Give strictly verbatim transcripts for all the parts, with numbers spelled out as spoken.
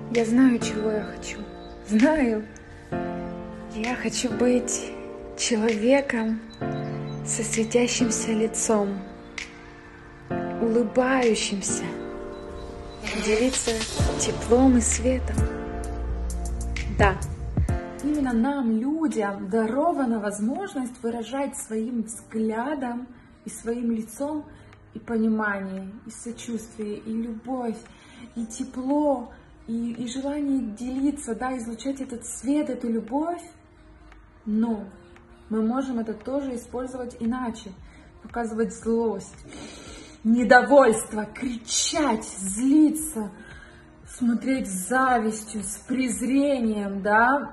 Я знаю, чего я хочу. Знаю. Я хочу быть человеком со светящимся лицом, улыбающимся, делиться теплом и светом. Да, именно нам, людям, дарована возможность выражать своим взглядом и своим лицом и понимание, и сочувствие, и любовь, и тепло, и, и желание делиться, да, излучать этот свет, эту любовь. Но мы можем это тоже использовать иначе, показывать злость, недовольство, кричать, злиться, смотреть с завистью, с презрением, да.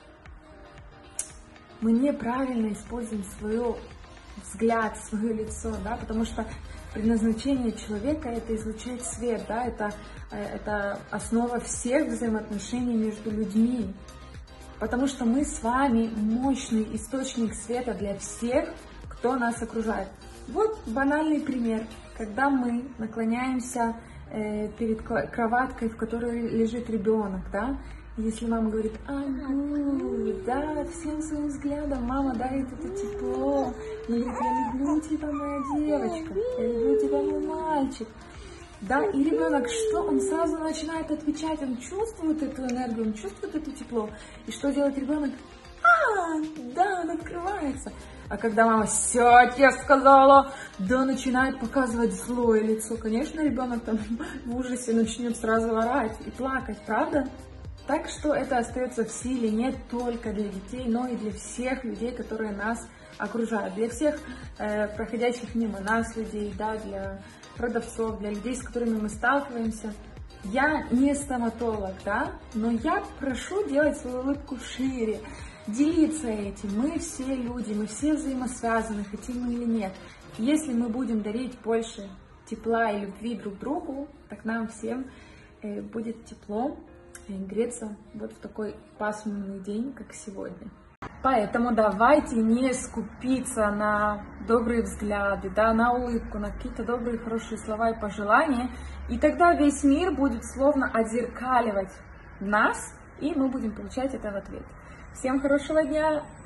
Мы неправильно используем свой взгляд, свое лицо, да, потому что предназначение человека — это излучать свет, да, это, это основа всех взаимоотношений между людьми, потому что мы с вами мощный источник света для всех, кто нас окружает. Вот банальный пример, когда мы наклоняемся э, перед кроваткой, в которой лежит ребенок, да, и если мама говорит: «Агу», да, всем своим взглядом мама дарит это тепло, она говорит: «Я люблю тебя, моя девочка, я люблю тебя, мой мальчик». Да, и ребенок, что? Он сразу начинает отвечать, он чувствует эту энергию, он чувствует это тепло. И что делает ребенок? А, да, он открывается. А когда мама: «Сядь, я сказала», да, начинает показывать злое лицо, конечно, ребенок там в ужасе начнет сразу орать и плакать, правда? Так что это остается в силе не только для детей, но и для всех людей, которые нас окружают, для всех э, проходящих мимо нас людей, да, для продавцов, для людей, с которыми мы сталкиваемся. Я не стоматолог, да, но я прошу делать свою улыбку шире, делиться этим. Мы все люди, мы все взаимосвязаны, хотим мы или нет. Если мы будем дарить больше тепла и любви друг другу, так нам всем э, будет тепло и греться вот в такой пасмурный день, как сегодня. Поэтому давайте не скупиться на добрые взгляды, да, на улыбку, на какие-то добрые, хорошие слова и пожелания. И тогда весь мир будет словно отзеркаливать нас, и мы будем получать это в ответ. Всем хорошего дня!